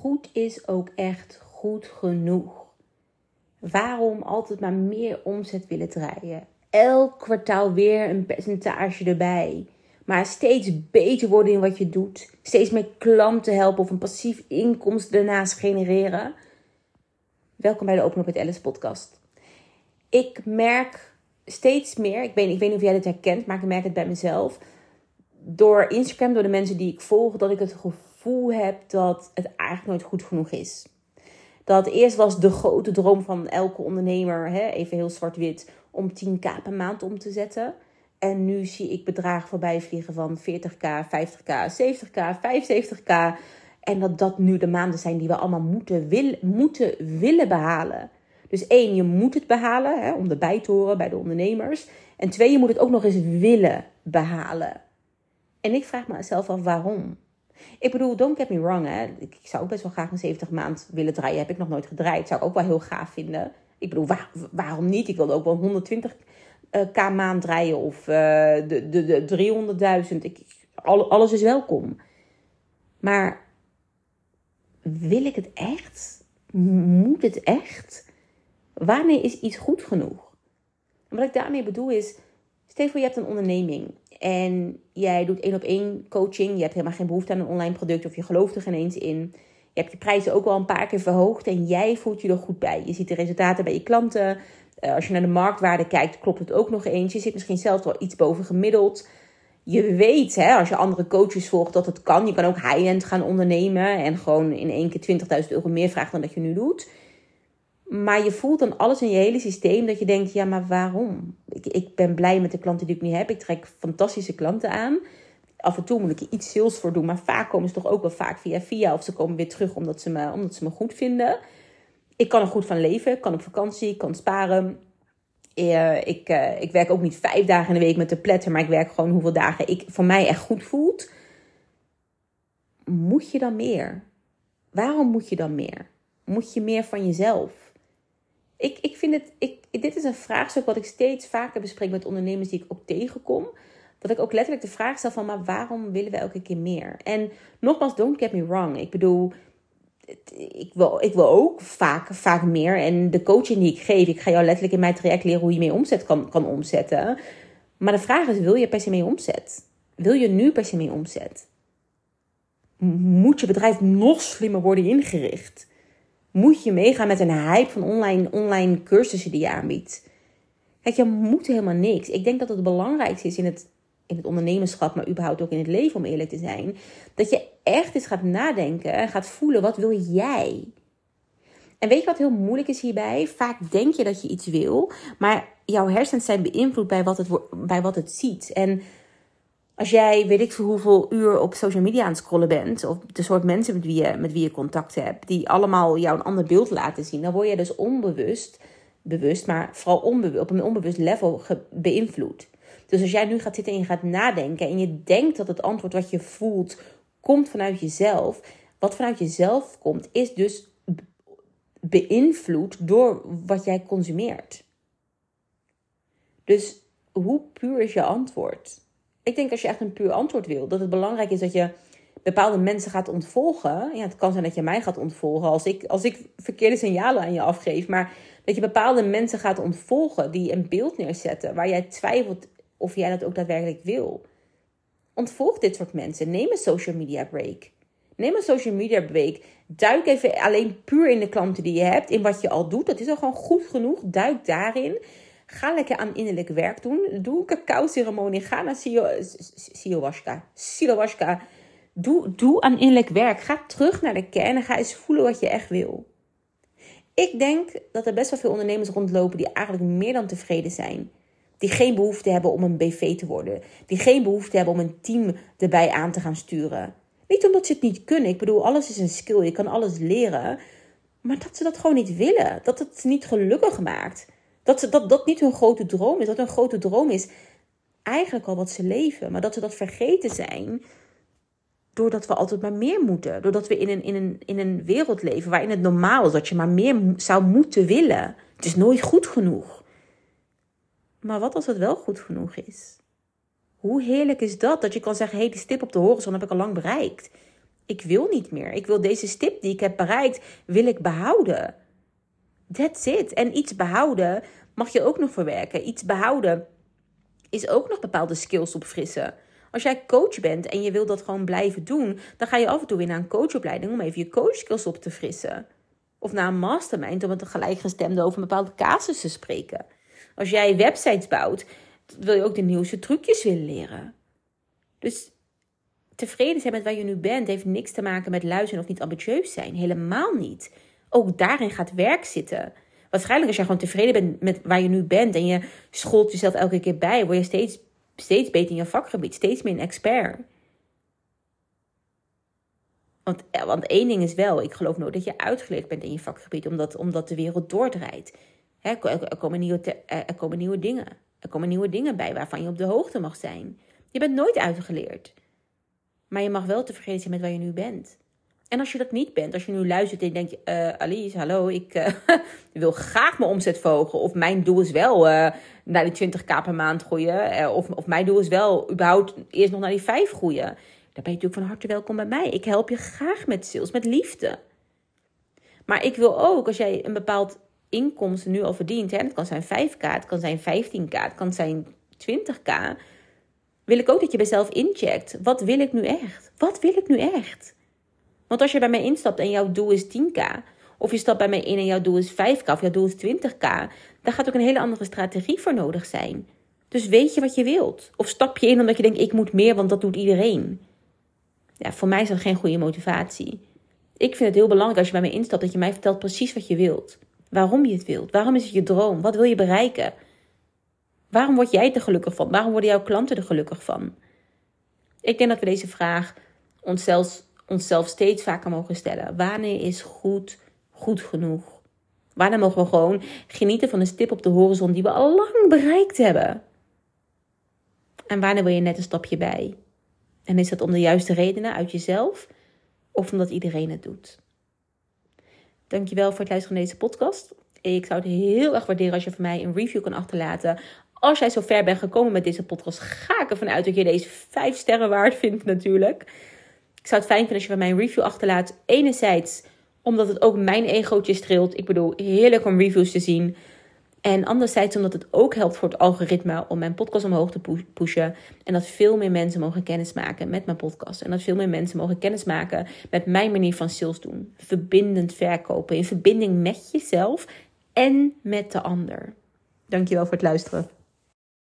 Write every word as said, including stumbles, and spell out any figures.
goed is ook echt goed genoeg? Waarom altijd maar meer omzet willen draaien? Elk kwartaal weer een percentage erbij. Maar steeds beter worden in wat je doet. Steeds meer klanten helpen of een passief inkomsten daarnaast genereren. Welkom bij de Open Up met Alice podcast. Ik merk steeds meer, ik weet, ik weet niet of jij dit herkent, maar ik merk het bij mezelf. Door Instagram, door de mensen die ik volg, dat ik het gevoel heb dat het eigenlijk nooit goed genoeg is. Dat eerst was de grote droom van elke ondernemer, hè, even heel zwart-wit, om tien k per maand om te zetten. En nu zie ik bedragen voorbij vliegen van veertig k, vijftig k, zeventig k, vijfenzeventig k. En dat dat nu de maanden zijn die we allemaal moeten, wil, moeten willen behalen. Dus één, je moet het behalen, hè, om erbij te horen bij de ondernemers. En twee, je moet het ook nog eens willen behalen. En ik vraag mezelf af waarom. Ik bedoel, don't get me wrong. Hè. Ik zou ook best wel graag een zeventig maand willen draaien. Heb ik nog nooit gedraaid. Zou ik ook wel heel gaaf vinden. Ik bedoel, waar, waarom niet? Ik wilde ook wel honderdtwintig k maand draaien. Of uh, de, de, de driehonderdduizend. Ik, alles is welkom. Maar wil ik het echt? Moet het echt? Wanneer is iets goed genoeg? En wat ik daarmee bedoel is, stel voor je hebt een onderneming en jij doet één op één coaching. Je hebt helemaal geen behoefte aan een online product of je gelooft er geen eens in. Je hebt je prijzen ook wel een paar keer verhoogd en jij voelt je er goed bij. Je ziet de resultaten bij je klanten. Als je naar de marktwaarde kijkt, klopt het ook nog eens. Je zit misschien zelfs wel iets boven gemiddeld. Je weet, hè, als je andere coaches volgt, dat het kan. Je kan ook high-end gaan ondernemen en gewoon in één keer twintigduizend euro meer vragen dan dat je nu doet. Maar je voelt dan alles in je hele systeem dat je denkt, ja, maar waarom? Ik, ik ben blij met de klanten die ik nu heb. Ik trek fantastische klanten aan. Af en toe moet ik er iets sales voor doen, maar vaak komen ze toch ook wel vaak via via. Of ze komen weer terug omdat ze me, omdat ze me goed vinden. Ik kan er goed van leven. Ik kan op vakantie, ik kan sparen. Uh, ik, uh, ik werk ook niet vijf dagen in de week met de pletten, maar ik werk gewoon hoeveel dagen ik voor mij echt goed voelt. Moet je dan meer? Waarom moet je dan meer? Moet je meer van jezelf? Ik, ik vind het, ik, dit is een vraagstuk wat ik steeds vaker bespreek met ondernemers die ik ook tegenkom. Dat ik ook letterlijk de vraag stel van, maar waarom willen we elke keer meer? En nogmaals, don't get me wrong. Ik bedoel, ik wil, ik wil ook vaak, vaak meer. En de coaching die ik geef, ik ga jou letterlijk in mijn traject leren hoe je meer omzet kan, kan omzetten. Maar de vraag is, wil je per se meer omzet? Wil je nu per se meer omzet? Moet je bedrijf nog slimmer worden ingericht? Moet je meegaan met een hype van online, online cursussen die je aanbiedt? Kijk, je moet helemaal niks. Ik denk dat het belangrijkste is in het, in het ondernemerschap, maar überhaupt ook in het leven, om eerlijk te zijn, dat je echt eens gaat nadenken en gaat voelen, wat wil jij? En weet je wat heel moeilijk is hierbij? Vaak denk je dat je iets wil, maar jouw hersens zijn beïnvloed bij wat het, bij wat het ziet. En als jij, weet ik veel hoeveel uur op social media aan het scrollen bent, of de soort mensen met wie je, met wie je contact hebt, die allemaal jou een ander beeld laten zien, dan word je dus onbewust, bewust, maar vooral onbewust, op een onbewust level ge, beïnvloed. Dus als jij nu gaat zitten en je gaat nadenken en je denkt dat het antwoord wat je voelt komt vanuit jezelf, wat vanuit jezelf komt, is dus beïnvloed door wat jij consumeert. Dus hoe puur is je antwoord? Ik denk als je echt een puur antwoord wil, dat het belangrijk is dat je bepaalde mensen gaat ontvolgen. Ja, het kan zijn dat je mij gaat ontvolgen als ik, als ik verkeerde signalen aan je afgeef. Maar dat je bepaalde mensen gaat ontvolgen die een beeld neerzetten waar jij twijfelt of jij dat ook daadwerkelijk wil. Ontvolg dit soort mensen. Neem een social media break. Neem een social media break. Duik even alleen puur in de klanten die je hebt, in wat je al doet. Dat is al gewoon goed genoeg. Duik daarin. Ga lekker aan innerlijk werk doen. Doe een cacao-ceremonie. Ga naar Ayahuasca. Ayahuasca. Doe, doe aan innerlijk werk. Ga terug naar de kern en ga eens voelen wat je echt wil. Ik denk dat er best wel veel ondernemers rondlopen die eigenlijk meer dan tevreden zijn. Die geen behoefte hebben om een B V te worden. Die geen behoefte hebben om een team erbij aan te gaan sturen. Niet omdat ze het niet kunnen. Ik bedoel, alles is een skill. Je kan alles leren. Maar dat ze dat gewoon niet willen. Dat het ze niet gelukkig maakt. Dat, ze, dat dat niet hun grote droom is. Dat hun grote droom is eigenlijk al wat ze leven. Maar dat ze dat vergeten zijn doordat we altijd maar meer moeten. Doordat we in een, in een, in een wereld leven waarin het normaal is dat je maar meer zou moeten willen. Het is nooit goed genoeg. Maar wat als het wel goed genoeg is? Hoe heerlijk is dat? Dat je kan zeggen, hé, hey, die stip op de horizon heb ik al lang bereikt. Ik wil niet meer. Ik wil deze stip die ik heb bereikt, wil ik behouden. That's it. En iets behouden mag je ook nog verwerken. Iets behouden is ook nog bepaalde skills opfrissen. Als jij coach bent en je wil dat gewoon blijven doen, dan ga je af en toe weer naar een coachopleiding om even je coachskills op te frissen. Of naar een mastermind om met een gelijkgestemde over een bepaalde casus te spreken. Als jij websites bouwt, wil je ook de nieuwste trucjes willen leren. Dus tevreden zijn met waar je nu bent heeft niks te maken met luisteren of niet ambitieus zijn. Helemaal niet. Ook daarin gaat werk zitten. Waarschijnlijk als je gewoon tevreden bent met waar je nu bent en je scholt jezelf elke keer bij, word je steeds, steeds beter in je vakgebied, steeds meer een expert. Want, want één ding is wel, ik geloof nooit dat je uitgeleerd bent in je vakgebied, omdat, omdat de wereld doordraait. He, er, er, komen nieuwe te, er komen nieuwe dingen. Er komen nieuwe dingen bij waarvan je op de hoogte mag zijn. Je bent nooit uitgeleerd. Maar je mag wel tevreden zijn met waar je nu bent. En als je dat niet bent, als je nu luistert en je denkt, uh, Alice, hallo, ik uh, wil graag mijn omzet verhogen. Of mijn doel is wel uh, naar die twintig k per maand groeien. Uh, of, of mijn doel is wel überhaupt eerst nog naar die vijf groeien. Dan ben je natuurlijk van harte welkom bij mij. Ik help je graag met sales, met liefde. Maar ik wil ook, als jij een bepaald inkomsten nu al verdient, hè, het kan zijn vijf k, het kan zijn vijftien k, het kan zijn twintig k, wil ik ook dat je bij jezelf incheckt. Wat wil ik nu echt? Wat wil ik nu echt? Want als je bij mij instapt en jouw doel is tien k, of je stapt bij mij in en jouw doel is vijf k, of jouw doel is twintig k, daar gaat ook een hele andere strategie voor nodig zijn. Dus weet je wat je wilt? Of stap je in omdat je denkt, ik moet meer, want dat doet iedereen. Ja, voor mij is dat geen goede motivatie. Ik vind het heel belangrijk als je bij mij instapt, dat je mij vertelt precies wat je wilt. Waarom je het wilt. Waarom is het je droom? Wat wil je bereiken? Waarom word jij er gelukkig van? Waarom worden jouw klanten er gelukkig van? Ik denk dat we deze vraag onszelf, onszelf steeds vaker mogen stellen. Wanneer is goed goed genoeg? Wanneer mogen we gewoon genieten van een stip op de horizon die we al lang bereikt hebben? En wanneer wil je net een stapje bij? En is dat om de juiste redenen uit jezelf of omdat iedereen het doet? Dankjewel voor het luisteren naar deze podcast. Ik zou het heel erg waarderen als je voor mij een review kan achterlaten. Als jij zo ver bent gekomen met deze podcast, ga ik ervan uit dat je deze vijf sterren waard vindt natuurlijk. Ik zou het fijn vinden als je van mij een review achterlaat. Enerzijds omdat het ook mijn egootje streelt. Ik bedoel, heerlijk om reviews te zien. En anderzijds omdat het ook helpt voor het algoritme om mijn podcast omhoog te pushen. En dat veel meer mensen mogen kennismaken met mijn podcast. En dat veel meer mensen mogen kennismaken met mijn manier van sales doen. Verbindend verkopen. In verbinding met jezelf en met de ander. Dankjewel voor het luisteren.